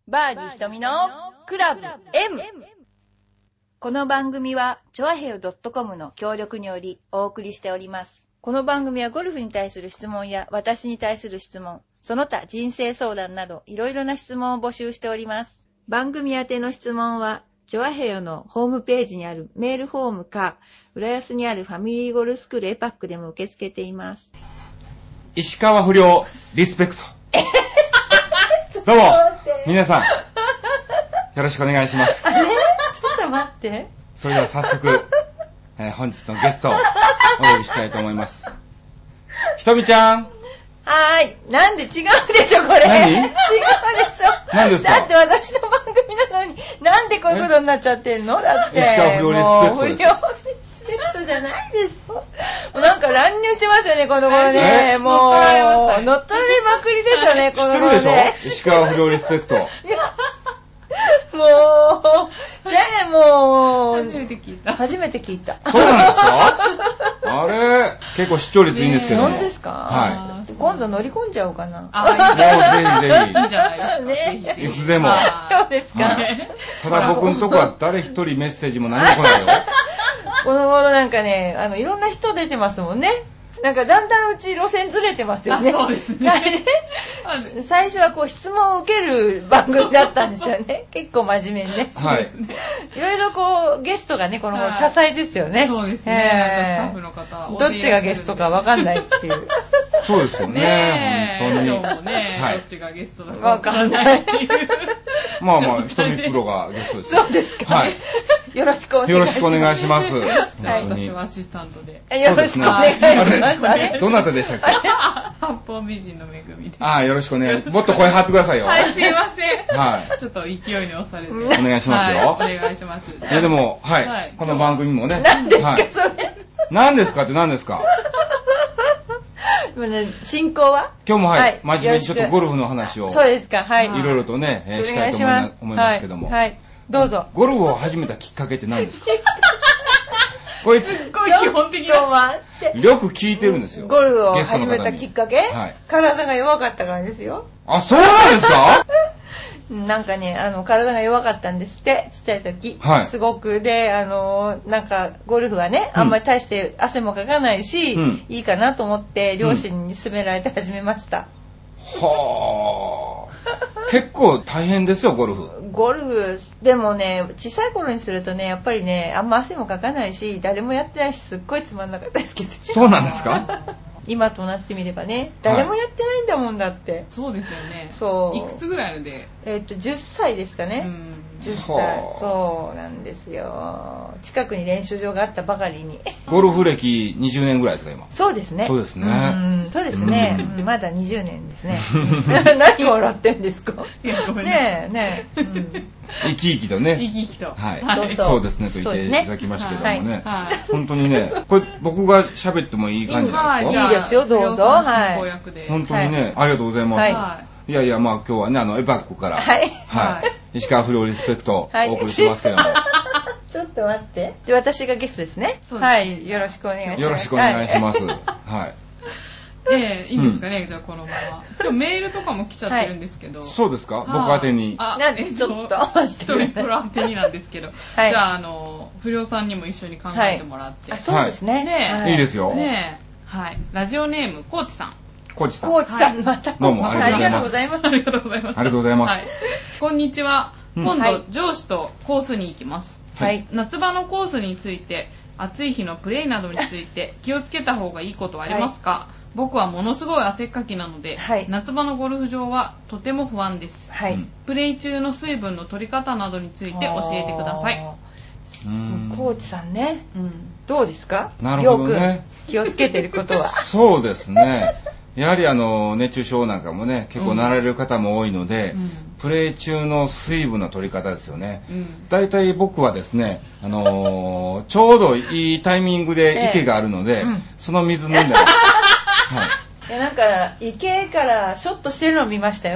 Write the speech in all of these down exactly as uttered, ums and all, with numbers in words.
バーディー瞳のクラブ M。 この番組はチョアヘヨ .com の協力によりお送りしております。この番組はゴルフに対する質問や私に対する質問、その他人生相談などいろいろな質問を募集しております。番組宛ての質問はチョアヘヨのホームページにあるメールフォームか、浦安にあるファミリーゴルフスクールエパックでも受け付けています。 石川不良リスペクトどうも皆さんよろしくお願いします。 あれちょっと待って。 それでは早速、えー、本日のゲストをお呼びしたいと思います。ひとみちゃん。 はーい。なんで違うでしょこれ。 何？ 違うでしょ。 何ですか？ だって私の番組なのになんでこういうことになっちゃってるの？だって石川不良リスペクトです。 不良リスペクトじゃないでしょ。もうなんか乱入してますよねこの頃ね。もう乗っ取られました、ね、乗っ取られまくりですよねこの頃ね。 知ってるでしょ？石川不良リスペクト。いやもうねえもう初めて聞いた初めて聞いた。 そうなんですか？あれ結構視聴率いいんですけども。 本当ですか？ はい。 今度乗り込んじゃおうかな。 あ、 もうぜひぜひ。 いいじゃないですか。 ね、いつでも。 そうですか。 はい、ただ僕のとこは誰一人メッセージも何も来ないよ。 この頃なんかね、あのいろんな人出てますもんね。なんかだんだんうち路線ずれてますよね。 そうですね。 最初はこう質問を受ける番組だったんですよね。結構真面目にね。 はい。 いろいろこうゲストがねこの頃多彩ですよね。 そうですね。スタッフの方どっちがゲストかわかんないっていう。 そうですよね。 本当に。今日もね、どっちがゲストだかわかんないっていう。 まあまあひとみプロがゲストです。 そうですか。はい。よろしくお願いします。 よろしくお願いします。 はい。私はアシスタントで。 よろしくお願いします。 どなたでしたっけ？ 八方美人の恵みで。 ああ、よろしくお願い。もっと声張ってくださいよ。 はい、すいません。 はい。 ちょっと勢いに押されて。お願いしますよ。 お願いします。 え、でも、はい。この番組もね。 何ですか、それ。 何ですかって何ですか？ 進行は今日もはい、真面目にちょっとゴルフの話を。 そうですか、はい。 いろいろとね、したいと思いますけども。 はい。どうぞ。 ゴルフを始めたきっかけって何ですか？こいつすっごい基本的な。 よく聞いてるんですよ。 ゴルフを始めたきっかけ？はい。体が弱かったからですよ。 あ、そうなんですか？ なんかね、あの体が弱かったんですって、ちっちゃい時。はい。すごくで、あのなんかゴルフはね、あんまり大して汗もかかないし、うん、いいかなと思って両親に勧められて始めました。 うん、はあ。結構大変ですよゴルフ。 ゴルフでもね小さい頃にするとねやっぱりねあんま汗もかかないし誰もやってないしすっごいつまんなかったですけど。 そうなんですか？ 今となってみればね誰もやってないんだもんだって、はい、 そうですよね。 そういくつぐらいのでえー、っとじゅっさいですかね。うんじゅっさいそうなんですよ。近くに練習場があったばかりに。 ゴルフ歴にじゅうねんぐらいですか今？ そうですね。 そうですね。 うんそうですね、うん、まだにじゅうねんですね。何笑ってんですか？ いやごめんねえねえ、うん、 生き生きとね生き生きとはい、 はい、 そうですねと言っていただきましたけどもね、 はいはい、 本当にねこれ僕が喋ってもいい感じなんですか？ いいですよどうぞ。はい。 本当にね、はい、ありがとうございます。はいいやいや、まあ今日はね、あの、エバックから、はい。はい。石川不良リスペクト、お送りしますけども。 ちょっと待って。で、私がゲストですね。はい。よろしくお願いします。 よろしくお願いします。はい。 ええ、いいんですかね、じゃあこのまま。今日メールとかも来ちゃってるんですけど。 そうですか？僕宛てに。 あ、 ちょっと。 一人プロ宛てになんですけど。じゃあ、あの、不良さんにも一緒に考えてもらって。 あ、そうですね。 ねいいですよ。 ねはい。ラジオネーム、コーチさん。 コーチさん。 コーチさん、また。 どうもありがとうございます。 ありがとうございます。 ありがとうございます。 こんにちは。今度、上司とコースに行きます。はい。夏場のコースについて、暑い日のプレイなどについて気をつけた方がいいことはありますか？僕はものすごい汗っかきなので、夏場のゴルフ場はとても不安です。はい。プレイ中の水分の取り方などについて教えてください。 コーチさんね。うん。どうですか？ なるほどね。 気をつけてることは。 そうですね。やはりあの熱中症なんかもね結構なられる方も多いので、うん、プレー中の水分の取り方ですよね、うん、だいたい僕はですね、あのー、ちょうどいいタイミングで池があるので、ええうん、その水飲んでます、 はい、いやなんか池からショットしてるのを見ましたよね。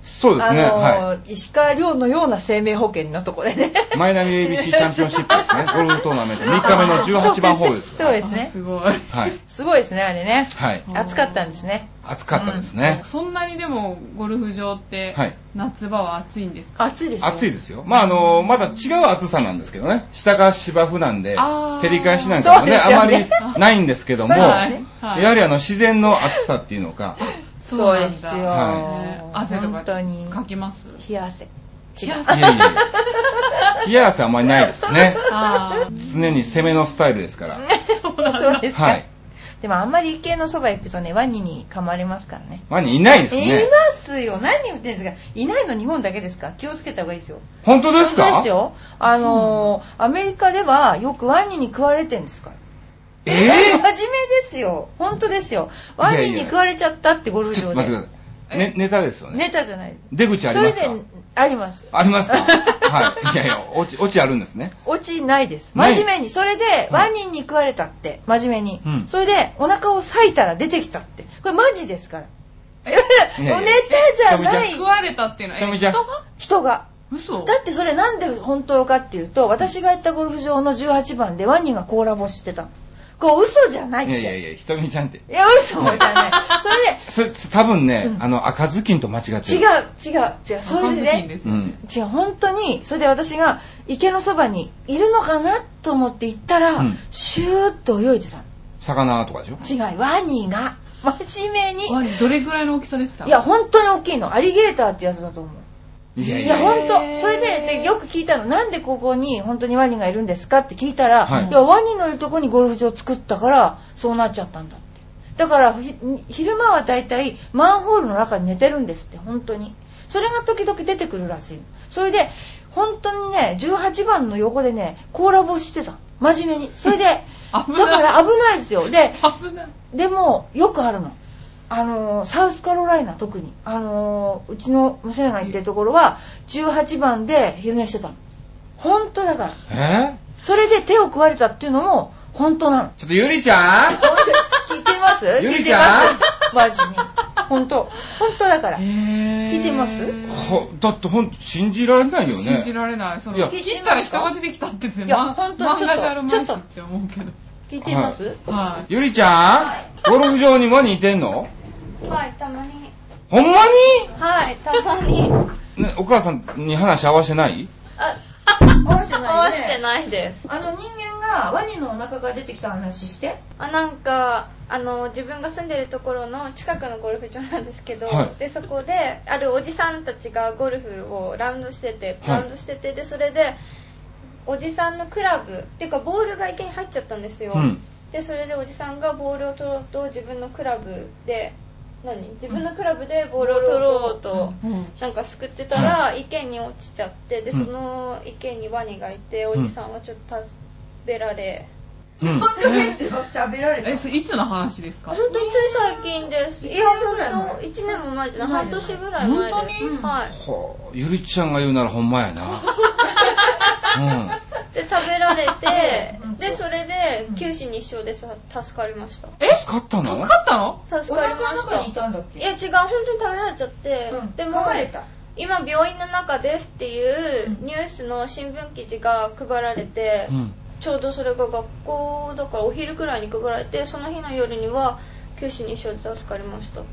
そうですね。 あの、 はい、 石川遼のような生命保険のとこでね。 マイナビ エービーシー チャンピオンシップですね。ゴルフトーナメントみっかめのじゅうはちばんホールです。 そうですね。 すごい。 はい。 すごいですね、あれね。 はい。 暑かったんですね。 暑かったですね。 うん、そんなにでもゴルフ場って、はい、夏場は暑いんですか？ 暑いですよ。 暑いですよ。まああのまだ違う暑さなんですけどね。下が芝生なんで照り返しなんかもね、あまりないんですけども、はい、やはりあの自然の暑さっていうのか。 そうですよ。 はい、 汗とかかきます？ 冷や汗。 違う。いやいやいや。冷や汗あんまりないですね。常に攻めのスタイルですから。 そうですか。 はい。 でもあんまり池のそば行くとね、ワニに噛まれますからね。 ワニいないですね。 いますよ。何言ってんですか。いないの日本だけですか。気をつけた方がいいですよ。 本当ですか？ 本当ですよ。あのー、アメリカではよくワニに食われてんですから。 えー、真面目ですよ。本当ですよ。ワニに食われちゃったってゴルフ場で。 待ってください。ね、ネタですよね。 ネタじゃない。 出口ありますか？ それであります。 ありますか？はい。いやいや、オチ、オチあるんですね。 オチないです。真面目に。それで、ワニに食われたって、真面目に。うん、それで、お腹を裂いたら出てきたって。これマジですから。えネタじゃない。 食われたっていうのは、 人が人が。 嘘？ だってそれなんで本当かっていうと、私が行ったゴルフ場のじゅうはちばんでワニが甲羅干ししてたの。こう嘘じゃないって。 いやいやいや、ひとみちゃんって。 いや、嘘じゃない。それで。 そ多分ね、うん、あの、赤ずきんと間違ってる。 違う、違う、違う。それでね。 ですよね、 違う、本当に、それで私が池のそばにいるのかなと思って行ったら、うん、シューッと泳いでたの。 魚とかでしょ？ 違う、ワニが。真面目に。 ワニ、どれぐらいの大きさですか？ いや、本当に大きいの。アリゲーターってやつだと思う。 いやいや、 いや本当それ で, でよく聞いたの、なんでここに本当にワニがいるんですかって聞いたら、はい、いやワニのいるとこにゴルフ場作ったからそうなっちゃったんだって。だから昼間はだいたいマンホールの中に寝てるんですって。本当にそれが時々出てくるらしい。それで本当にねじゅうはちばんの横でね甲羅干ししてた真面目に。それでだから危ないですよ。ででもよくあるの、あのー、サウスカロライナ特に、あのー、うちの娘が行ってるところはじゅうはちばんで昼寝してたの。本当だから。 えそれで手を食われたっていうのも本当なの。 ちょっとゆりちゃん聞いてます？ ゆりちゃんマジに本当本当だから。聞いてます？ はだって本当信じられないよね。 信じられない。その切ったら人が出てきたっていや本当漫画じゃあるまいしって思うけど。 聞いてます？ はい。 ゆりちゃん、はい、ゴルフ場にワニいてんの？ はい、たまに。 ほんまに？ はい、たまに。 ね、お母さんに話合わせてない？ あ、 合わせてない、ね、 合わせてないです。 あの人間がワニのお腹が出てきた話して。 あ、なんかあの自分が住んでるところの近くのゴルフ場なんですけど、 はい、 でそこであるおじさんたちがゴルフをラウンドしてて、ラウンドしてて、でそれでおじさんのクラブっていうかボールが池に入っちゃったんですよ。うん、でそれでおじさんがボールを取ろうと自分のクラブで何自分のクラブでボールを取ろうとなんかすくってたら池に落ちちゃって、でその池にワニがいて、おじさんはちょっと食べられ、 うん、本当ですよ。食べられた。 え、それいつの話ですか？ 本当につい最近です。いや本当いちねんも前じゃない、半年ぐらい前です。 本当に、 うん、はい。 はあ、ゆりちゃんが言うならほんまやな。 うん、で食べられてでそれで九死に一生でさ助かりました。 え助かったの？ 助かったの？ 助かりました。 いたんだっけ？ いや違う、本当に食べられちゃって、うん、でも今病院の中ですっていうニュースの新聞記事が配られて、うん、ちょうどそれが学校だからお昼くらいに配られて、その日の夜には九死に一生で助かりましたって。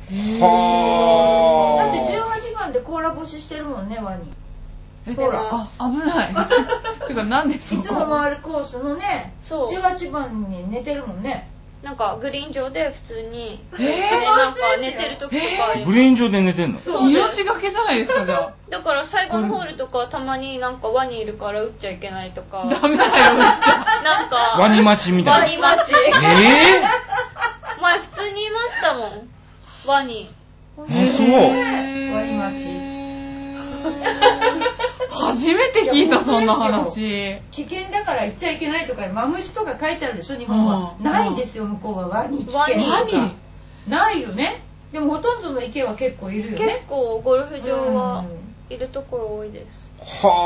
はだってじゅうはちばんで甲羅干ししてるもんね、ワニ。 ほら、 あ、危ない。てかなんでそこ？ いつも回るコースのね、そうじゅうはちばんに寝てるもんね。 なんかグリーン上で普通に、 えー、 なんか寝てる時とかあります。 グリーン上で寝てんの？ そう、命がけじゃないですか、じゃあ。 だから最後のホールとかたまになんかワニいるから打っちゃいけないとか。 ダメだよ、打っちゃ。 なんかワニ待ちみたいな。 ワニ待ち。 えー、前普通にいましたもん、ワニ。 あ、そう。 ワニ待ち。 初めて聞いた、そんな話。 危険だから行っちゃいけないとかマムシとか書いてあるでしょ、日本は。うん、ないんですよ、向こうは。ワニ危険とか。ワニないよね。でもほとんどの池は結構いるよね。 結構ゴルフ場はいるところ多いです。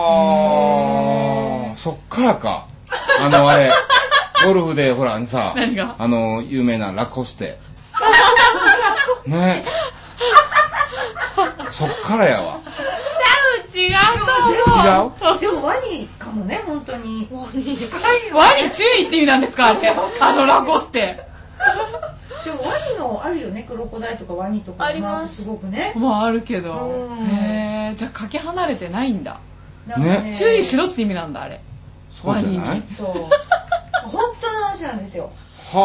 はあ、そっからか。あのあれゴルフでほらさ、 何が？ あの有名なラコステね。 そっからやわ。 違うと思う。違うでもワニかもね、本当に。 ワニ注意って意味なんですかあれ。あのラゴステ。 でもワニのあるよね、クロコダイとかワニとかあります。 すごくね。 まああるけど。へー、じゃあかけ離れてないんだ。 ね。 注意しろって意味なんだあれ。 ワニに。 そう。本当の話なんですよ。 は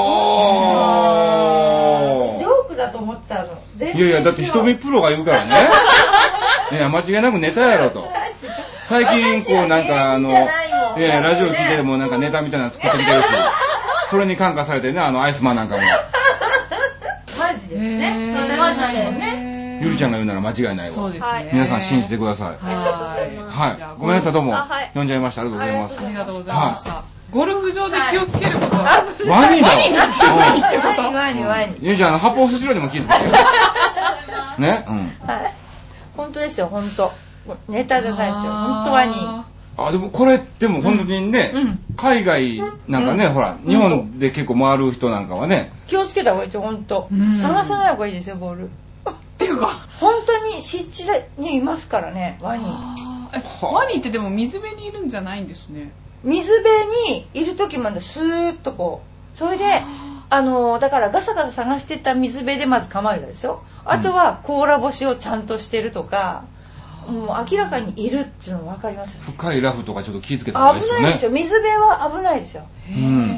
ー。ジョークだと思ってたの。 いやいや、だって瞳プロが言うからね。いや、間違いなくネタやろと。最近こうなんかあの、いやラジオ聞いててもなんかネタみたいなの作ってみてるし、それに感化されてね、あのアイスマンなんかも。 マジですね。マジだよね。 ゆりちゃんが言うなら間違いないわ。 そうですね。 皆さん信じてください。 ありがとうございます。 はい。ごめんなさい、どうも。呼んじゃいました。ありがとうございます。 ありがとうございました。ゴルフ場で気をつけることはワニだワニになっちゃうワニってこと。 ワニワニ。 ゆりちゃん、あの、発泡スチロールにも気をつけて。ね。うん。 はい。本当ですよ、本当。ネタじゃないですよ。本当ワニ。 あ、でもこれ、でも本当にね、海外なんかね、ほら、日本で結構回る人なんかはね。 気をつけた方がいいですよ、本当。探さない方がいいですよ、ボール。 っていうか、 本当に湿地にいますからね、ワニ。 ワニってでも水辺にいるんじゃないんですね。 水辺にいる時までスーッとこう、それで、あの、だからガサガサ探してた水辺でまず構えるでしょ。あとは甲羅干しをちゃんとしてるとか、もう明らかにいるっていうの分かりますよね。 深いラフとかちょっと気をつけた方がいいですよね。 危ないですよ。水辺は危ないですよ。 うん、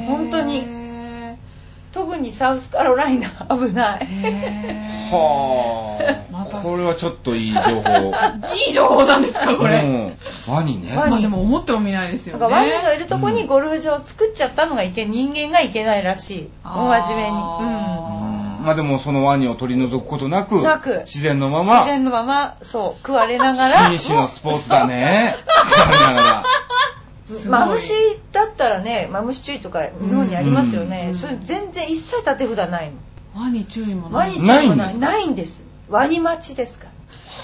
本当に。特にサウスカロライナ危ない。 はあ。これはちょっといい情報。 いい情報なんですかこれ。 うん、ワニね。 まあでも思ってもみないですよね。 なんかワニのいるとこにゴルフ場を作っちゃったのがいけ、人間がいけないらしい。お真面目に。うん。 まあでもそのワニを取り除くことなく、 なく自然のまま。 自然のまま、そう、食われながら。 紳士のスポーツだね。食われながら。 マムシだったらね、マムシ注意とか日本にありますよね。それ全然一切立て札ないの。 ワニ注意もない。 ワニ注意もない。ないんです。ワニ待ちですから。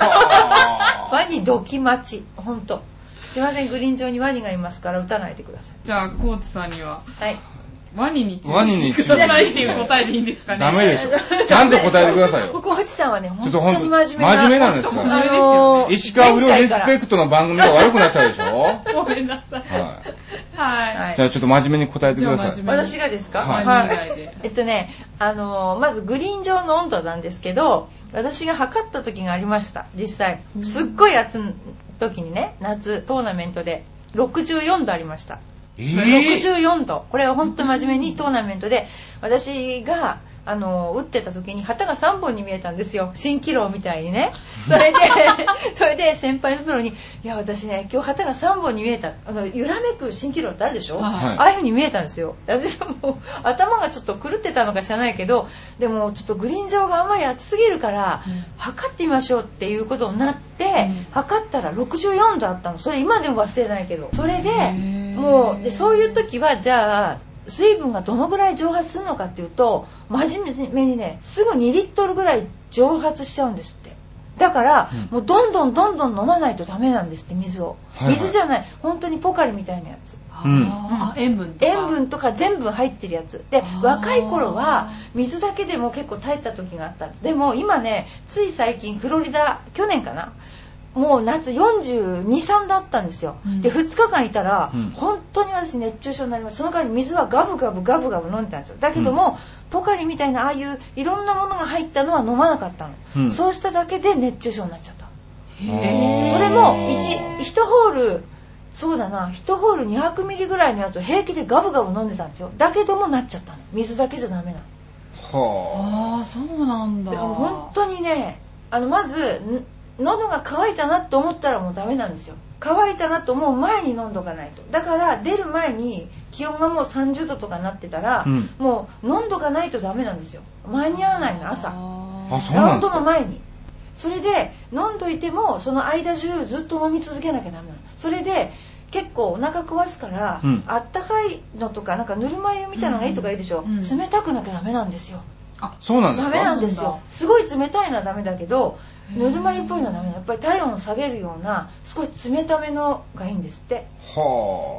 ワニドキ待ち。ほんと。すいません、グリーン上にワニがいますから撃たないでください。 じゃあ、コーツさんには。 はい。 ワニに注意してくださいっていう答えでいいんですかね。 ダメでしょ。ちゃんと答えてくださいよ。 コーチさんはね、本当に真面目な。真面目なんですか。 真面目ですよね。 石川不良リスペクトの番組が悪くなっちゃうでしょ。 ごめんなさい。はい。はい。 じゃあちょっと真面目に答えてください。 私がですか。 はい。はい、 えっとね、あのー、まずグリーン上の温度なんですけど、私が測った時がありました。実際。すっごい暑い時にね、夏トーナメントでろくじゅうよんどありました。えー、ろくじゅうよんど。これは本当に真面目にトーナメントで私があの打ってた時に旗がさんぼんに見えたんですよ。蜃気楼みたいにね。それでそれで先輩のプロに「いや私ね今日旗がさんぼんに見えた」あの揺らめく蜃気楼ってあるでしょ、はい、ああいう風に見えたんですよ。私はもう頭がちょっと狂ってたのか知らないけど、でもちょっとグリーン上があんまり暑すぎるから、うん、測ってみましょうっていうことになって、うん、測ったらろくじゅうよんどあったの。それ今でも忘れないけど、それでもうでそういう時はじゃあ水分がどのぐらい蒸発するのかっていうと、真面目にねすぐにリットルぐらい蒸発しちゃうんですって。だから、うん、もうどんどんどんどん飲まないとダメなんですって。水を、はいはい、水じゃない本当にポカリみたいなやつ、 うん、あ塩分とか塩分とか全部入ってるやつで、若い頃は水だけでも結構耐えた時があったんです。でも今ねつい最近フロリダ去年かな、もう夏よんじゅうに、さんどあったんですよ、うん、でふつかかんいたら、うん、本当に私熱中症になりました。その代わり水はガブガブガブガブ飲んでたんですよ。だけども、うん、ポカリみたいなああいういろんなものが入ったのは飲まなかったの、うん、そうしただけで熱中症になっちゃった。へー。それも 1, いちホールそうだな、いちホールにひゃくミリぐらいのやつを平気でガブガブ飲んでたんですよ。だけどもなっちゃったの。水だけじゃダメなの。 はあ、あそうなんだ。 だから本当にね、あのまず喉が渇いたなと思ったらもうダメなんですよ。乾いたなと思う前に飲んどかないと。だから出る前に気温がもうさんじゅうどとかになってたら、うん、もう飲んどかないとダメなんですよ。間に合わないの朝。ラウンドの前に。それで飲んどいてもその間中ずっと飲み続けなきゃダメなの。それで結構お腹壊すから、うん、あったかいのとかなんかぬるま湯みたいなのがいいとか言うでしょ、うんうん、冷たくなきゃダメなんですよ。 あ、そうなんですか。 ダメなんですよ。すごい冷たいのはダメだけどぬるま湯っぽいのはダメだ。やっぱり体温を下げるような少し冷ためのがいいんですって。 はあ。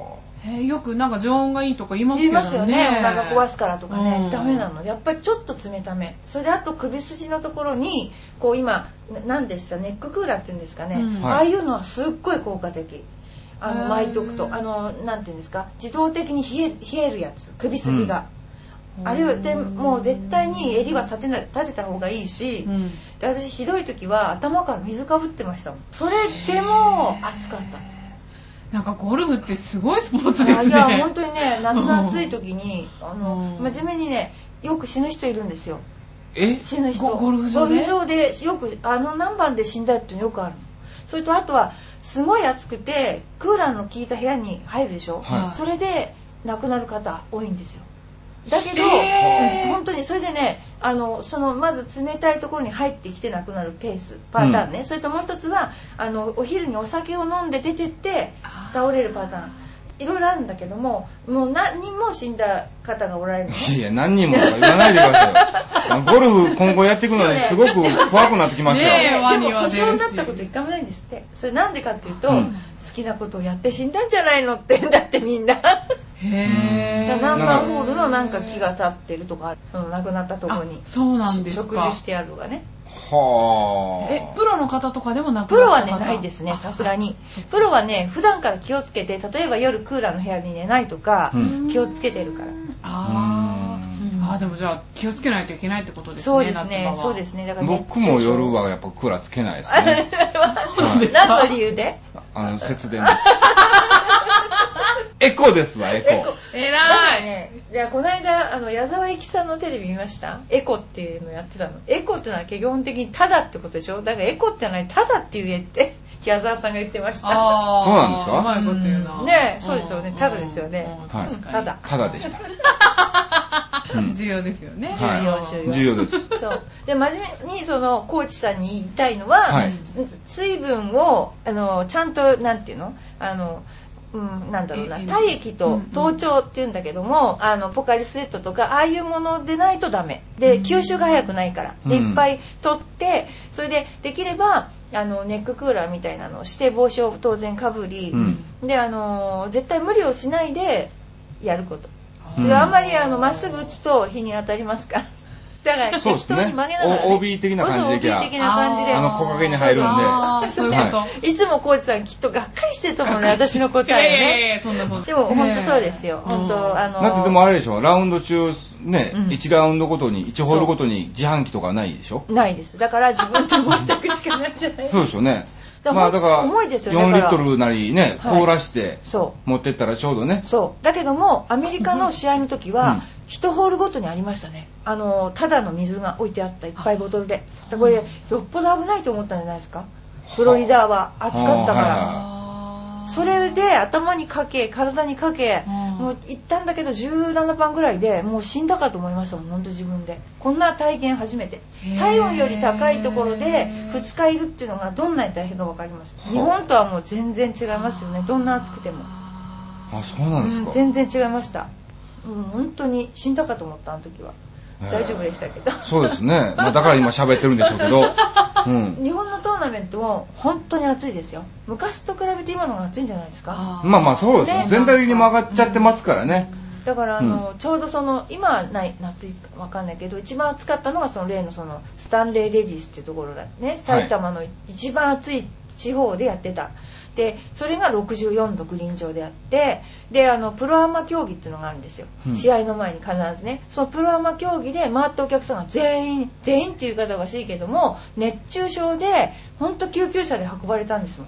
へよくなんか常温がいいとか言いますけどね。 言いますよね。お腹壊すからとかね、うん、ダメなの。やっぱりちょっと冷ため。それであと首筋のところにこう今何でしたネッククーラーっていうんですかね、うん、ああいうのはすっごい効果的。あの巻いとくとあのなんていうんですか自動的に冷え、冷えるやつ首筋が、うん、あれでもう絶対に襟は立てな立てた方がいいし、うん、で私ひどい時は頭から水かぶってましたもん。それでも暑かった。 なんかゴルフってすごいスポーツですね。 いや本当にね夏の暑い時にあの真面目にねよく死ぬ人いるんですよ。 え死ぬ人ゴルフ場でゴルフ場でよくあの何番で死んだってよくあるの。それとあとはすごい暑くてクーラーの効いた部屋に入るでしょ、はい、それで亡くなる方多いんですよ。だけど、えー、本当にそれでねあのそのまず冷たいところに入ってきて亡くなるペースパターンね、うん、それともう一つはあのお昼にお酒を飲んで出てって倒れるパターンいろいろあるんだけどももう何人も死んだ方がおられるの。 いや何人もとか言わないでくださいゴルフ今後やっていくのにすごく怖くなってきましたよ、 ね、でも訴訟になったこと一回もないんですって。それなんでかっていうと、うん、好きなことをやって死んだんじゃないのってだってみんなへー何番ホールのなんか木が立ってるとかその亡くなったところにそうなんですか植樹してあるのがね。 はえプロの方とかでもなくプロはねないですねさすがに。プロはね普段から気をつけて例えば夜クーラーの部屋に寝ないとか、うん、気をつけてるから。 ああでもじゃあ気をつけないといけないってことですね。 そうですねそうですね。だから僕も夜はやっぱクーラーつけないですねそうなんですか。何の理由で？ あの節電ですエコですわエコ。 えらいね。じゃあこの間あの矢沢永吉さんのテレビ見ました？エコっていうのやってたの。エコっていうのは基本的にただってことでしょ。だからエコってないただって言えって矢沢さんが言ってました。 あそうなんですか。 うまいこと言うな、 うん、ねそうですよね。ただですよね、 はい、 ただただでした重要ですよね。 重要重要重要です。 そうで真面目にそのコーチさんに言いたいのは、はい、水分をあのちゃんとなんていうのあのうん、なんだろうな体液と頭頂っていうんだけども、うんうん、あのポカリスエットとかああいうものでないとダメで吸収が早くないからでいっぱい取ってそれでできればあのネッククーラーみたいなのをして帽子を当然かぶり、うん、であの絶対無理をしないでやること、うん、あんまりあのまっすぐ打つと日に当たりますからだから適当に曲げながら、ね、 オービー 的な感じでオービー的な感じであの木陰に入るんであそういうこと、 はい、いつもコーチさんきっとがっかりしてると思うね私の答えをね。 いやいやいやそんなそんなでも本当そうですよ本当あのだってでもあれでしょラウンド中ね、うん、いちラウンドごとにいちホールごとに自販機とかないでしょ。 ないですだから自分と全くしかなっちゃないそうですよね。 だまあだから重いですよね。 よんリットルなりね凍らして持ってったらちょうどね。 そうだけどもアメリカの試合の時はいちホールごとにありましたね。あのただの水が置いてあったいっぱいボトルでこれよっぽど危ないと思ったんじゃないですか。フロリダは暑かったからそれで頭にかけ体にかけもう行ったんだけどじゅうななばんぐらいでもう死んだかと思いましたもん本当自分で。こんな体験初めて。体温より高いところでふつかいるっていうのがどんなに大変か分かります。日本とはもう全然違いますよねどんな暑くても。 あそうなんですか、 うん、全然違いました、うん、本当に死んだかと思ったあの時は。大丈夫でしたけどそうですね、まあ、だから今喋ってるんでしょうけど、 うん、日本のトーナメントも本当に暑いですよ。昔と比べて今の方が暑いんじゃないですか。 あまあまあそうですね全体的にも上がっちゃってますからね、 うん、だからあの、うん、ちょうどその今はない夏わかんないけど一番暑かったのがその例のそのスタンレーレディスっていうところだね埼玉の一番暑い地方でやってた。でそれがろくじゅうよんどグリーン上であってであのプロアマ競技っていうのがあるんですよ、うん、試合の前に必ずねそのプロアマ競技で回ったお客さんが全員全員っていう言い方がしいけども熱中症で本当救急車で運ばれたんですもん。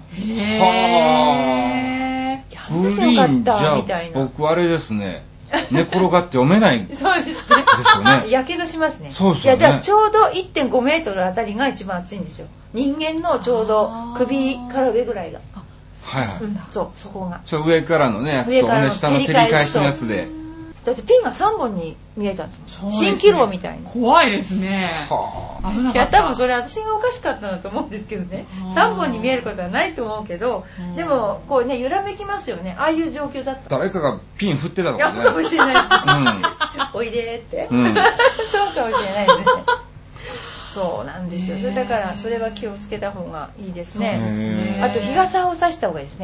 へーやめてよかったみたいな。 僕あれですね寝転がって読めないそうですねですよね。 やけどしますね。 そうですよね。 いやだからちょうど いってんごメートルあたりが一番暑いんですよ。人間のちょうど首から上ぐらいがはいはい、 うん、そうそこがそ上からのねやつと、ね、下の照り返しのやつでだってピンがさんぼんに見えたんですもん。蜃気楼みたいな。 怖いですね。 はあ、危なかった。いや多分それ私がおかしかったんだと思うんですけどね。さんぼんに見えることはないと思うけどでもこうね揺らめきますよね。ああいう状況だった。 誰かがピン振ってたとかね。 いやかもしれないです、うん、おいでーって、うん、そうかもしれないですね。そうなんですよ。それだからそれは気をつけた方がいいですね。あと日傘を差した方がいいですね。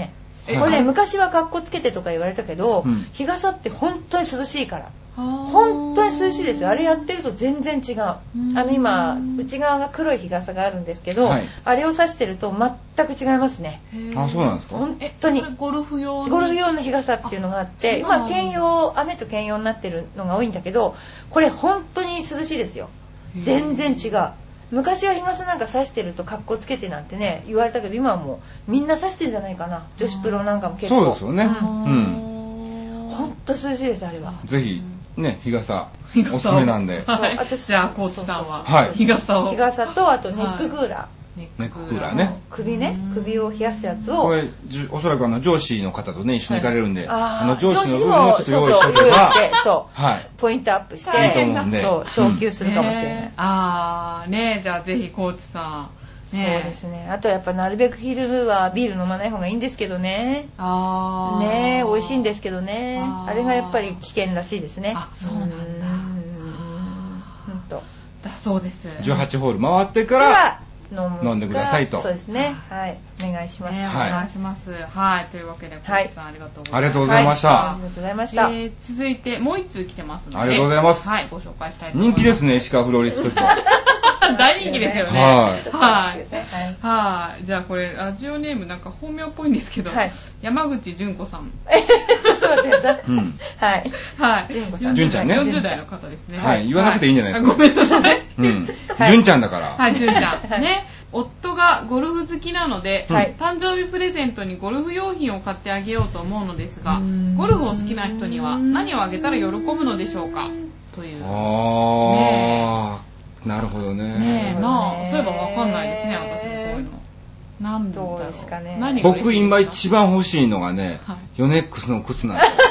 これね、昔は格好つけてとか言われたけど、うん、日傘って本当に涼しいから。本当に涼しいですよ。あれやってると全然違う。あの今内側が黒い日傘があるんですけど、はい、あれを差してると全く違いますね。 あ、そうなんですか。 本当にゴルフ用ゴルフ用の日傘っていうのがあって、今兼用、雨と兼用になってるのが多いんだけど、これ本当に涼しいですよ。全然違う。昔は日傘なんか差してると格好つけてなんてね言われたけど、今はもうみんな差してるんじゃないかな。女子プロなんかも結構。 そうですよね。うん。 本当涼しいですあれは。 ぜひ。ね、日傘おすすめなんで、 はい、あとじゃあコーチさんは、はい、日傘を日傘とあとネッククーラー、はい、 ネッククーラーね、 首ね、首を冷やすやつをこれおそらくあの上司の方とね一緒に行かれるんで、 はい、 あの上司の分もちょっと用意しておけば、 そう、はい、ポイントアップしていいと思うんで、そう昇級するかもしれない、うん、 あーね、じゃあぜひコーチさんね、そうですね。あとやっぱなるべく昼はビール飲まない方がいいんですけどね。あーね、美味しいんですけどね。あ, あれがやっぱり危険らしいですね。 あ、そうなんだ。 本当。 だそうです。 じゅうはちホール回ってから飲んでくださいと。 そうですね。はい。お願いします。 ね、お願いします。はい。というわけでコーチさん、はい、ありがとうございました。 ありがとうございました。 はい、ありがとうございました。 えー、続いてもう一通来てますので、 ありがとうございます。 はい、ご紹介したいと思います。 人気ですね、石川フローリストは。 大人気ですよね。 はい。 はい。はい。じゃあこれラジオネームなんか本名っぽいんですけど、はい、山口純子さん。 え、ちょっと待ってください。うん。はい。 はい。 純子さん。 純ちゃんね。 よんじゅう代の方ですね。 はい。言わなくていいんじゃないですか。 ごめんなさい。 うん。純ちゃんだから。 はい、純ちゃん。ね。夫がゴルフ好きなので、はい、誕生日プレゼントにゴルフ用品を買ってあげようと思うのですが、ゴルフを好きな人には何をあげたら喜ぶのでしょうかという。 ああ。なるほどね。 ねえ、なあ、そういえばわかんないですね、私もこういうの。なんだろう。 どうですかね。 何僕今一番欲しいのがね、はい、ヨネックスの靴なんですよ。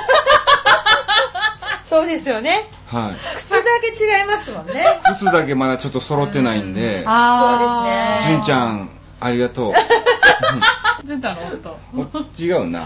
そうですよね。 はい。 靴だけ違いますもんね。 靴だけまだちょっと揃ってないんで。 ああ、 そうですね。純ちゃん、ありがとう。 純ちゃんの夫。 違うな。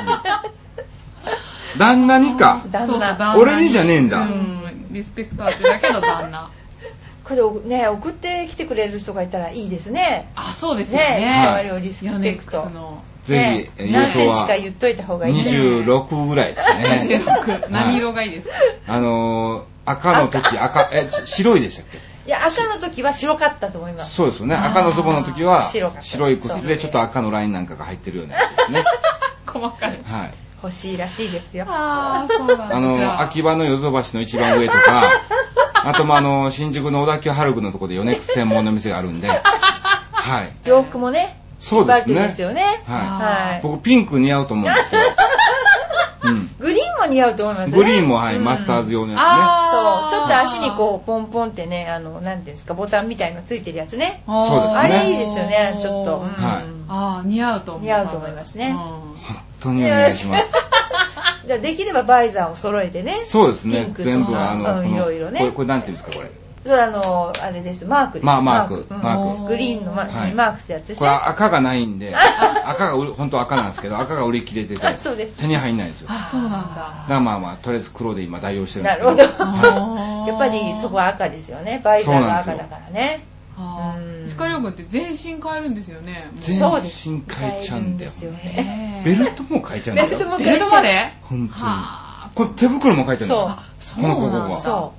旦那にか。 旦那。 俺にじゃねえんだ。 リスペクトあってだけど旦那。 これね、送ってきてくれる人がいたらいいですね。 あ、そうですよね。 石川遼リスペクト。 ぜひ、 何センチか言っといた方がいいね。 にじゅうろくぐらいですね。 にじゅうろく。何色がいいですか？ あの、赤の時、赤、え、白いでしたっけ？ いや、赤の時は白かったと思います。 そうですよね。赤のズボンの時は、白い靴でちょっと赤のラインなんかが入ってるようなやつですね。 細かい。 はい。 欲しいらしいですよ。 ああ、そうなんだ。 あの、秋葉のヨドバシの一番上とか、あともあの、新宿の小田急ハルクのところでヨネックス専門の店があるんで、はい。 洋服もね、 そうですね。 ですよね。 はい。僕ピンク似合うと思うんですよ。 うん、グリーンも似合うと思いますね。 グリーンも、はい、うん、マスターズ用のやつね。 そう、ちょっと足にこうポンポンってね、あの、なんていうんですか、ボタンみたいのついてるやつね。 そうですね。 あれいいですよね、ちょっと。うん、 はい。ああ、似合うと思う。 似合うと思いますね。 本当にお願いします。 じゃあできればバイザーを揃えてね。 そうですね。全部あの、 いろいろね。 これ、これなんていうんですか、これ。 それあの、あれです、マークです。 まあ、マーク。マーク。 グリーンのマークしたやつですね。 これ赤がないんで、赤が、本当赤なんですけど、赤が売り切れてて、手に入んないんですよ。 あ、そうなんだ。だからまあまあ、とりあえず黒で今代用してるんですけど。なるほど。やっぱりそこは赤ですよね。バイザーが赤だからね。 石川遼君って全身変えるんですよね。 全身変えちゃうんだよね。ベルトも変えちゃうんだよ。 ベルトも変えちゃう。ベルトまで？ 本当に。これ手袋も変えちゃうんだよ。 そう。 このここは。 そう。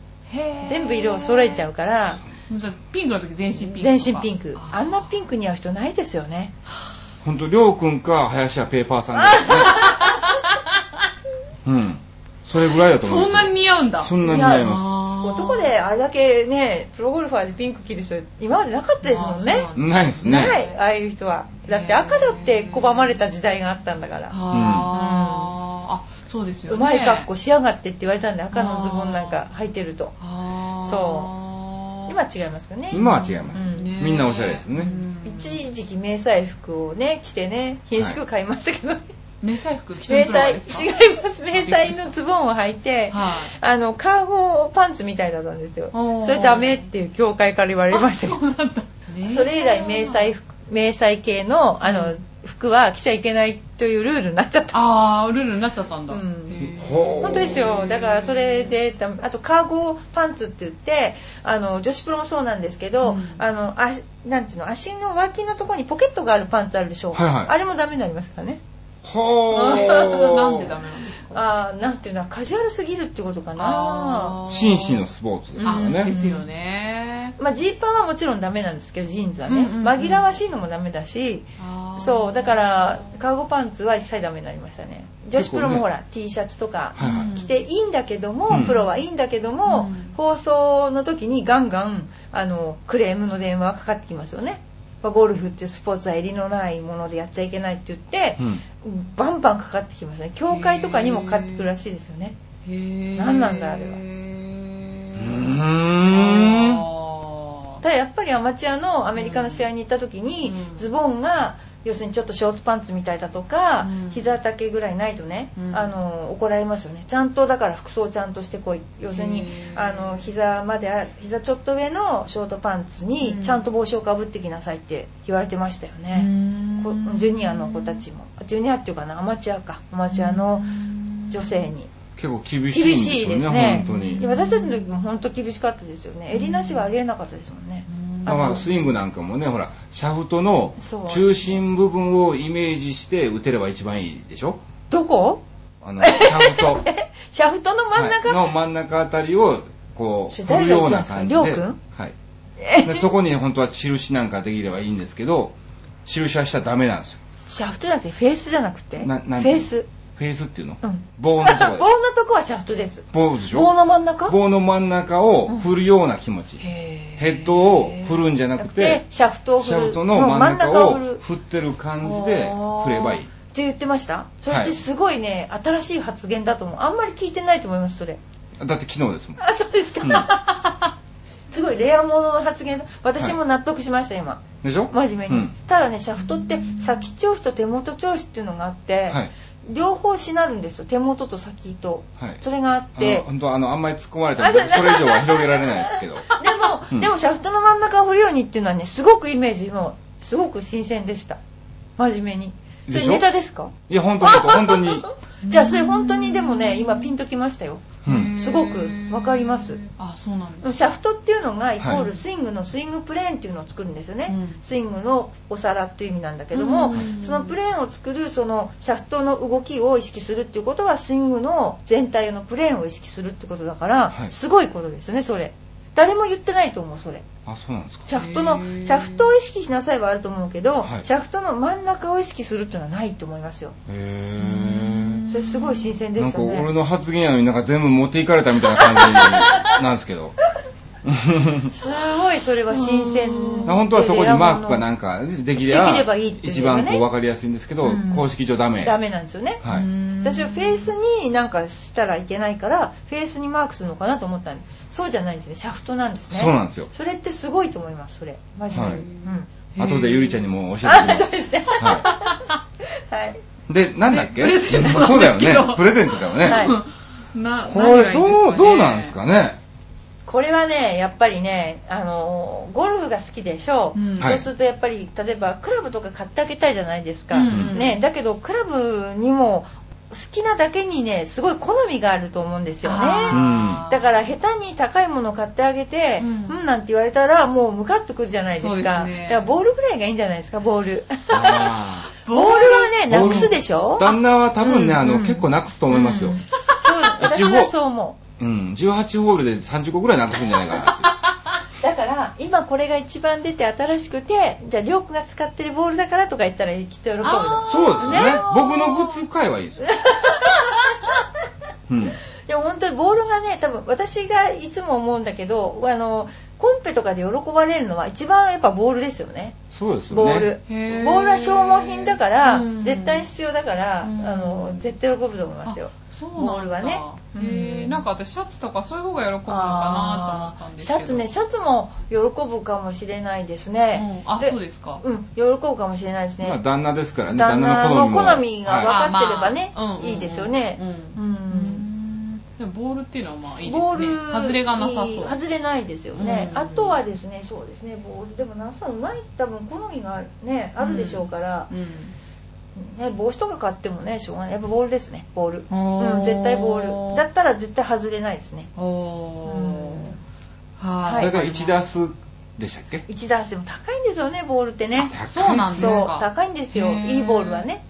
全部色を揃えちゃうから。 ピンクの時全身ピンク。 全身ピンク。あんなピンク似合う人ないですよね。 本当遼君か林家ペーパーさんですよね。うん。それぐらいだと思う。 そんなに似合うんだ。 そんなに似合います。 男であれだけね、プロゴルファーでピンク着る人今までなかったですもんね。 ないですね。 ない、ああいう人は。だって赤だって拒まれた時代があったんだから。 あ、そうですよね。 うまい格好しやがってって言われたんで、赤のズボンなんか履いてると。そう。今は違いますかね。 今は違います。みんなおしゃれですね。 一時期迷彩服をね着てね、品種買いましたけど。 迷彩服着てるんですか？違います。迷彩のズボンを履いて、はい、あのカーゴパンツみたいだったんですよ。それダメっていう協会から言われましたけど、それ以来迷彩服、迷彩系のあの服は着ちゃいけないというルールになっちゃった。 ああ、ルールになっちゃったんだ。うん、 本当ですよ。だからそれで、あとカーゴパンツって言って、あの女子プロもそうなんですけど、うん、あのあなんていうの、足の脇のところにポケットがあるパンツあるでしょう。はいはい、あれもダメになりますからね。 はぁ。なんでダメなんですか？ あー、なんていうの、カジュアルすぎるってことかな。 紳士のスポーツですからね。 ですよね。 まあジーパンはもちろんダメなんですけど、ジーンズはね、うんうんうん、紛らわしいのもダメだし、そうだからカーゴパンツは一切ダメになりましたね。女子プロもほら、ね、T シャツとか着ていいんだけども、うん、プロはいいんだけども、うん、放送の時にガンガンあのクレームの電話がかかってきますよね。ゴルフっていうスポーツは襟のないものでやっちゃいけないって言って、うん、バンバンかかってきますね。協会とかにもかかってくるらしいですよね。へー、何なんだあれは。うーん、ただやっぱりアマチュアのアメリカの試合に行った時に、うん、ズボンが要するにちょっとショーツパンツみたいだとか、うん、膝丈ぐらいないとね、うん、あの怒られますよね。ちゃんとだから服装ちゃんとしてこい、要するにあの膝まで膝ちょっと上のショートパンツにちゃんと帽子をかぶってきなさいって言われてましたよね、うん、ジュニアの子たちも、ジュニアっていうかな、アマチュアか、アマチュアの女性に結構厳しいんですよね。厳しいですね、本当に。 私たちの時も本当厳しかったですよね。襟なしはありえなかったですもんね。 あまあ、スイングなんかもね、ほらシャフトの中心部分をイメージして打てれば一番いいでしょ。 どこ？ あのシャフトシャフトの真ん中、 はい、の真ん中あたりをこう振るような感じで、りょうくん？はい。でそこに本当は印なんかできればいいんですけど、印はしちゃダメなんですよ。 シャフトじゃなくてフェースじゃなくて、ななんてフェース。 フェースっていうの、うん、 棒のところです。棒のとこはシャフトです。 棒でしょ。 棒の真ん中？ 棒の真ん中を振るような気持ち、うん、ヘッドを振るんじゃなくてシャフトを振る、 シャフトの真ん中を振ってる感じで振ればいいって言ってました。それってすごいね、はい、新しい発言だと思う。あんまり聞いてないと思います。それだって昨日ですもん。 あ、そうですか、うん、すごいレアものの発言。私も納得しました、はい、今でしょ。 真面目に、うん、ただね、シャフトって先調子と手元調子っていうのがあって、はい、両方しなるんですよ。手元と先と、はい、それがあって、 本当あのあんまり突っ込まれてもそれ以上は広げられないですけどでも、うん、でもシャフトの真ん中を振るようにっていうのはね、すごくイメージもすごく新鮮でした。真面目に。それネタですか？ いや本当本当本当にじゃあそれ本当にでもね、今ピンときましたよ、うん、すごくわかります。 あ、そうなんです。 シャフトっていうのがイコールスイングのスイングプレーンっていうのを作るんですよね、はい、スイングのお皿っていう意味なんだけども、そのプレーンを作るそのシャフトの動きを意識するっていうことはスイングの全体のプレーンを意識するってことだから、はい、すごいことですよね。それ誰も言ってないと思う。それあ、そうなんですか。 シャフトのシャフトを意識しなさいはあると思うけど、はい、シャフトの真ん中を意識するっていうのはないと思いますよ。へー、それすごい新鮮でしたね。 なんか俺の発言やのになんか全部持っていかれたみたいな感じなんですけどすごいそれは新鮮。 本当はそこにマークがなんかできれば一番こう分かりやすいんですけど、うん、公式上ダメダメなんですよね、はい、私はフェースになんかしたらいけないからフェースにマークするのかなと思ったんです。そうじゃないんですね。シャフトなんですね。 そうなんですよ。 それってすごいと思います。それ真面目に、 はい、うん、後でゆりちゃんにも教えてきます。そうですね、はい、はい、でなんだっけ、プレゼントそうだよね、プレゼントだよね、はい、なこれどう、どうなんですかね。 これはね、やっぱりね、あのゴルフが好きでしょう、うん、そうするとやっぱり例えばクラブとか買ってあげたいじゃないですか、うん、ね、だけどクラブにも好きなだけにね、すごい好みがあると思うんですよね。だから下手に高いものを買ってあげて、うん、うんなんて言われたらもうムカッとくるじゃないですか。ね、だからボールぐらいがいいんじゃないですか、ボール。あーボールはね、なくすでしょ。 旦那は多分ね、うん、あの結構なくすと思いますよ。うん、そう私はそう思う。うん、じゅうはちホールでさんじゅっこぐらいなくすんじゃないかなって。 だから今これが一番出て新しくて、じゃありょうくんが使ってるボールだからとか言ったらきっと喜ぶの。 そうですね。僕のグッズ買えばいいですよ。うん、 でも本当にボールがね、多分私がいつも思うんだけど、あのコンペとかで喜ばれるのは一番やっぱボールですよね。 そうですよね。 ボール。ボールは消耗品だから、絶対必要だから、あの絶対喜ぶと思いますよ。 そうなんだ。ボールはね。へー、なんか私シャツとかそういう方が喜ぶのかなと思ったんですけど。 シャツね、シャツも喜ぶかもしれないですね。 うん、あ、そうですか。 うん、喜ぶかもしれないですね。 まあ旦那ですからね。 旦那の好みが分かってればね、はい、いいですよね。うんうんうんでもボールっていうのはまあいいですね。ボール外れがなさそう。 外れないですよね。あとはですね、そうですね、ボールでもなさうまい多分好みがねあるでしょうから。うんうんね、帽子とか買ってもねしょうがない。やっぱボールですね、ボール。うん、絶対ボールだったら絶対外れないですね。おー、はい。それがいちダースでしたっけ？ いちダースでも高いんですよね、ボールってね。 そうなんですか。そう高いんですよ、いいボールはね。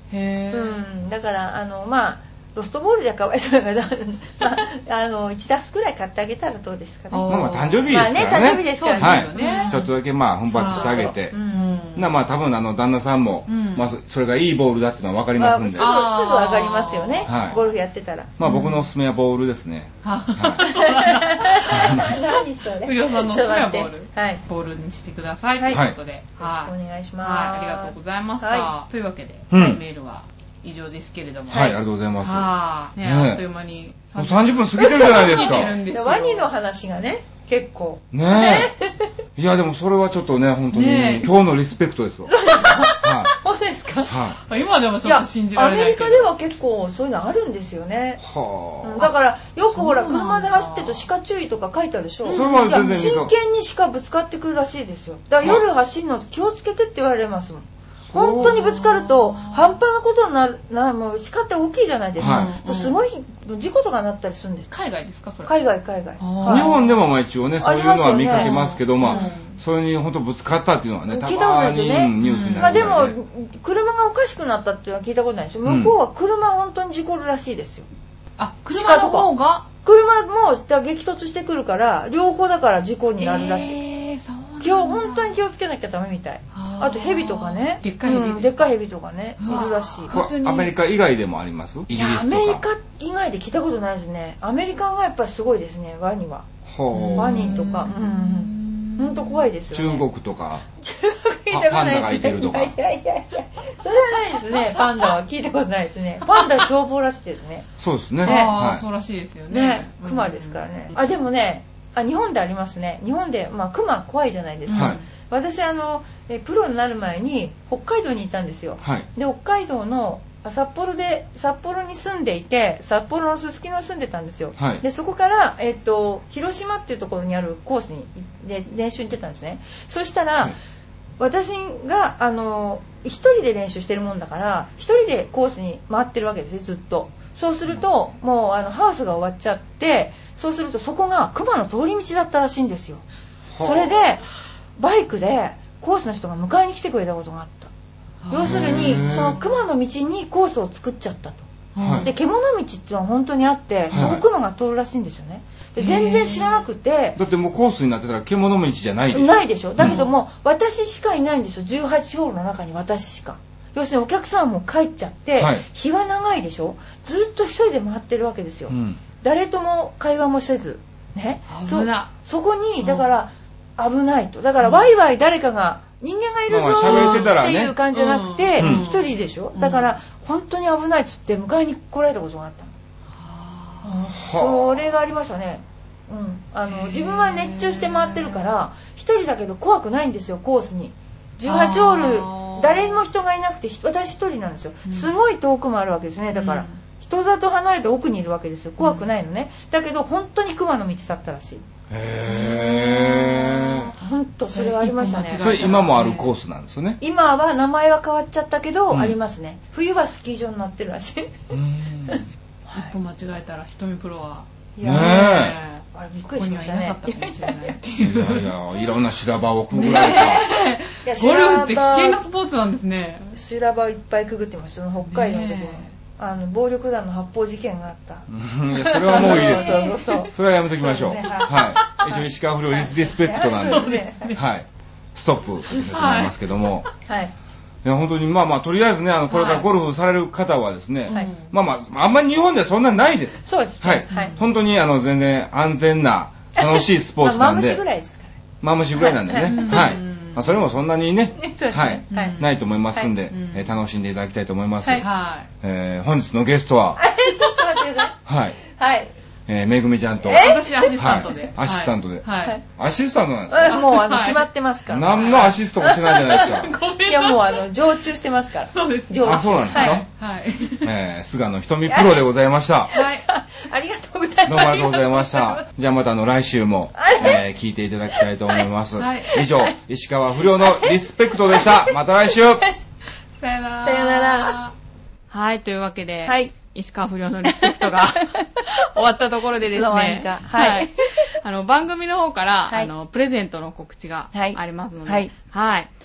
へー。 うん、だからあのまあロストボールじゃかわいそうだから、まあ、あのいちダースくらい買ってあげたらどうですかね。 まあまあ誕生日ですからね。 まあね、誕生日ですからね。 はい。ちょっとだけまあ奮発してあげて。うん、なまあ多分あの旦那さんも、うん、まあそれがいいボールだっていうのは分かりますんで。すぐ、すぐ分かりますよね、はい。ゴルフやってたら。 まあ僕のおすすめはボールですね。 はい、何それ。 不良さんのおすすめはボール。はい。ボールにしてください。ということで。 はい。よろしくお願いします。 はい。ありがとうございました。というわけで、メールは以上ですけれども。 はい、ありがとうございます。 はあ、ね、あっという間にもうさんじゅっぷん過ぎてるじゃないですか。 ワニの話がね、結構。 ねえ。いや、でもそれはちょっとね、本当に、今日のリスペクトですよ。 そうですか？はい。そうですか？ はい。今でもちょっと信じられないけど。 アメリカでは結構そういうのあるんですよね。はあ。だから、よくほら、車で走ってると鹿注意とか書いてあるでしょ。それは全然真剣に鹿ぶつかってくるらしいですよ。だから夜走るの気をつけてって言われますもん。本当にぶつかると半端なことになるな、もう鹿って大きいじゃないですか、はい、すごい事故とかなったりするんです。 海外ですかそれ？ 海外海外、 はい、日本でもまあ一応ねそういうのは見かけますけど、まあ、うん、それに本当ぶつかったっていうのはね、たまにニュースになる、ね、 まあ、でも車がおかしくなったっていうのは聞いたことないでしょ。向こうは車本当に事故るらしいですよ。 あ、車の方が？ 車も激突してくるから両方だから事故になるらしい。えー、そうなんだ。今日本当に気をつけなきゃダメみたい。あとヘビとかね、 でっかいヘビ、 うん、でっかいヘビとかねいるらしい。 アメリカ以外でもあります？イギリスとか。 アメリカ以外で聞いたことないですね。アメリカがやっぱりすごいですね、ワニは。ワニとか、うん、本当怖いですよね。 中国とか。 中国聞いたことない。 パンダがいてるとか。 いやいやいや、それはないですね。パンダは聞いたことないですね。パンダ凶暴らしいですね。 そうですね。 ね、はい、そうらしいですよね。 ね、クマですからね。あ、でもね、あ、日本でありますね。日本でまあクマ怖いじゃないですか。はい、私あのえプロになる前に北海道にいたんですよ。はい、で北海道の札幌で札幌に住んでいて、札幌のすすきのに住んでたんですよ。はい、でそこから、えー、と広島っていうところにあるコースにで練習に行ってたんですね。そしたら、はい、私があの一人で練習してるもんだから一人でコースに回ってるわけですね、ずっと。そうするともうあのハウスが終わっちゃって、そうするとそこが熊の通り道だったらしいんですよ。それでバイクでコースの人が迎えに来てくれたことがあった。要するにその熊の道にコースを作っちゃったと、はい、で獣道っていうのは本当にあって、はい、そこ熊が通るらしいんですよね。で全然知らなくて、 だってもうコースになってたら獣道じゃないでしょ。 ないでしょ。だけども、うん、私しかいないんですよ。じゅうはちホールの中に私しか。要するにお客さんはもう帰っちゃって、はい、日は長いでしょ。ずっと一人で回ってるわけですよ、うん、誰とも会話もせずね。そ, そこにだから危ないと。だからワイワイ誰かが人間がいるぞっていう感じじゃなくて一人でしょ。だから本当に危ないっつって迎えに来られたことがあったの、うん、それがありましたね、うん、あの自分は熱中して回ってるから一人だけど怖くないんですよ。コースにじゅうはちホール誰も人がいなくて私一人なんですよ。すごい遠くもあるわけですね。だから、うん、人里離れて奥にいるわけですよ。怖くないのね、うん、だけど本当に熊の道だったらしい。 へー、 本当それはありましたね。 それ今もあるコースなんですよね。 今は名前は変わっちゃったけど、うん、ありますね。冬はスキー場になってるらしい。うん、 一歩間違えたら瞳プロはねえ、あれびっくりしましたね。 ここにはいなかったかもしれないっていう。 いやいや、いろんな修羅場をくぐられた。 ゴルフって危険なスポーツなんですね。 修羅場をいっぱいくぐってました。その北海道の時も。あの暴力団の発砲事件があった。 いや、それはもういいです。そうそうそう。それはやめときましょう。ね、はい。一応石川不良リスペクトなんで、ね、はい。ストップとなりますけども。はい。いや本当にまあまあとりあえずね、あのこれからゴルフされる方はですね、はい、まあまああんまり日本ではそんなないです。 そうです、 ね。はい。はい、本当にあの全然安全な楽しいスポーツなんで。 マムシぐらいですから。 マムシぐらいなんでね。はい。まあ、それもそんなにね、はい、はい、ないと思いますんで、はい、えー、楽しんでいただきたいと思います。はい。えー、本日のゲストは、 ちょっと待ってください。 はい。 はい。 えー、めぐみちゃんと、 私アシスタントで、 はい、アシスタントで、 はい、 アシスタントなんですか？ もうあの決まってますから。 何のアシストもしないじゃないですか。 ごめんなさい。 いやもうあの常駐してますから。 そうです。 常駐。 あ、そうなんですか？はい。 はい、 えー、菅野瞳プロでございました。 はい。ありがとうございます。 どうもありがとうございました。じゃあまたあの来週も、えー、聞いていただきたいと思います。はい。以上、石川不良のリスペクトでした。また来週。 さよなら。 さよなら。 はい、というわけで、 はい。 石川不良のリスペクトが終わったところでですね、 はい、 はい、あの番組の方から、はい、あのプレゼントの告知がありますので、はい、はい、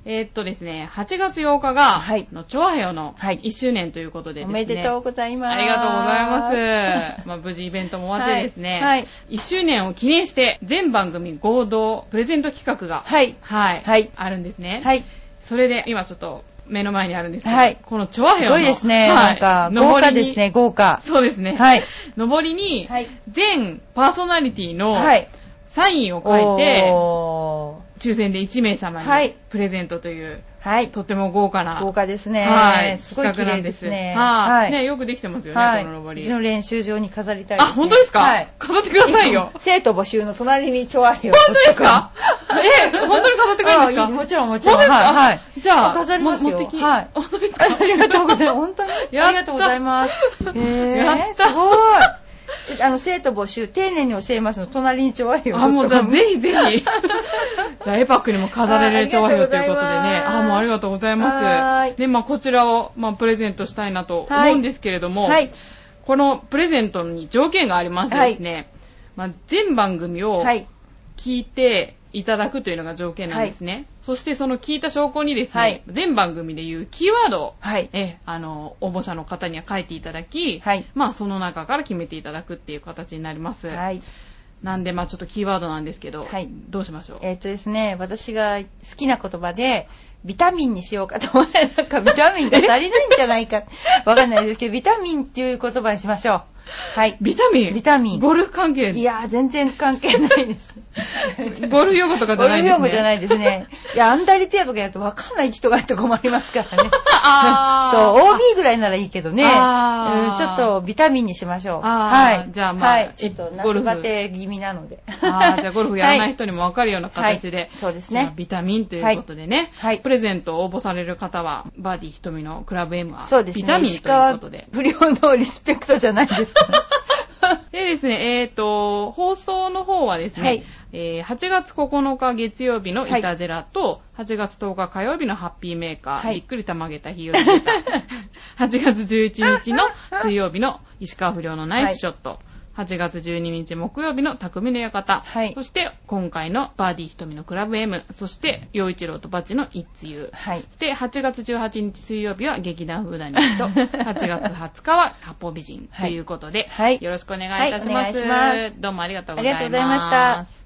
えー、っとですね、はちがつようかが、はい、のチョアヘヨのいっしゅうねんということでですね。 おめでとうございます。 ありがとうございます。まあ、無事イベントも終わってですね、はいはい、いっしゅうねんを記念して全番組合同プレゼント企画が、はい、はい、はい、あるんですね。はい。それで今ちょっと目の前にあるんですけど、はい、このチョアヘヨの。 すごいですね。はい、なんか、豪華ですね、豪華。 そうですね。はい。上りに、全パーソナリティのサインを書いて、はい、抽選でいちめいさまにプレゼントという、はい、とっても豪華な。 豪華ですね。はい。すごい綺麗ですね。 はい。ね、よくできてますよね、はい、この上り。 うちの練習場に飾りたいです、ね。 あ、本当ですか？はい。飾ってくださいよ。 生徒募集の隣にチョアヘヨ。 本当ですか？え、本当に飾ってくれるんですか？ もちろんもちろん。 はい。 はい。 じゃあ、 飾りますよ。 持ってき。 はい。 本当ですか？ ありがとうございます。本当にありがとうございます。えー、すごい。あの、生徒募集、丁寧に教えますの、隣にチョアヘヨ。 あ、もうじゃあぜひぜひ。じゃあ、エパックにも飾れるチョアヘヨということでね。あ、もうありがとうございます。で、まあ、こちらを、まあ、プレゼントしたいなと思うんですけれども、はい、このプレゼントに条件がありましてですね、はい、まあ、全番組を聞いていただくというのが条件なんですね。はい、そしてその聞いた証拠にですね、はい、全番組でいうキーワードを、はい、えあの応募者の方には書いていただき、はい、まあその中から決めていただくっていう形になります。はい、なんでまあちょっとキーワードなんですけど、はい、どうしましょう。 えー、っとですね、私が好きな言葉でビタミンにしようかと思って、なんかビタミンが足りないんじゃないかわかんないですけど、ビタミンっていう言葉にしましょう。はい。 ビタミンビタミン。 ゴルフ関係いやー、全然関係ないです。 ゴルフ用語とかじゃないですね。 ゴルフ用語じゃないですね。いや、アンダーリペアとかやると分かんない人がいると困りますからね。あそう、オービー ぐらいならいいけどね。あちょっとビタミンにしましょう。はい。 じゃあまあ、はい、 ちょっと夏バテ気味なので。 あじゃあゴルフやらない人にも分かるような形で。はい、 そうですね。 ビタミンということでね。はい。プレゼントを応募される方は、バーディーひとみのクラブ M は、そうですね、ビタミンということで。 不良のリスペクトじゃないですか。 でですね、えっと、放送の方はですね、はいえー、はちがつここのか月曜日のイタジェラと、はい、はちがつとおか火曜日のハッピーメーカー、はい、びっくりたまげた日和げた、はちがつじゅういちにちの水曜日の石川不良のナイスショット、はいはちがつじゅうににち木曜日の匠の館、はい、そして今回のバーディーひとみのクラブ M、そして陽一郎とバチの一通湯、はい、そしてはちがつじゅうはちにち水曜日は劇団フーダニット、はちがつはつかは八方美人ということで、はい、よろしくお願いいたします。はい、お願いします。どうもありがとうございます。ありがとうございました。